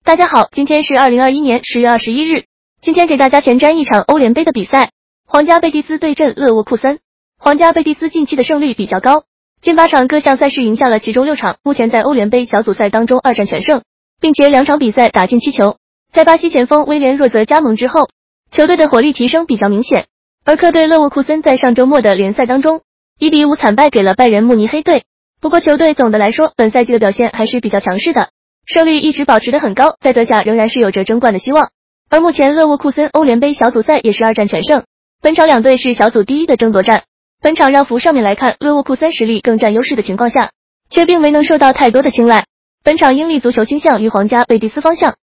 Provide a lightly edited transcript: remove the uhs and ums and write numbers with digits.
大家好，今天是2021年10月21日。今天给大家前瞻一场欧联杯的比赛，皇家贝蒂斯对阵勒沃库森。皇家贝蒂斯近期的胜率比较高，近8场各项赛事赢下了其中6场，目前在欧联杯小组赛当中2战全胜，并且2场比赛打进7球。在巴西前锋威廉若泽加盟之后，球队的火力提升比较明显。而客队勒沃库森在上周末的联赛当中1比5惨败给了拜仁慕尼黑队，不过球队总的来说本赛季的表现还是比较强势的，胜率一直保持得很高，在德甲仍然是有着争冠的希望。而目前勒沃库森欧联杯小组赛也是2战全胜，本场两队是小组第一的争夺战。本场让服上面来看，勒沃库森实力更占优势的情况下，却并没能受到太多的青睐。本场英利足球倾向于皇家贝蒂斯方向，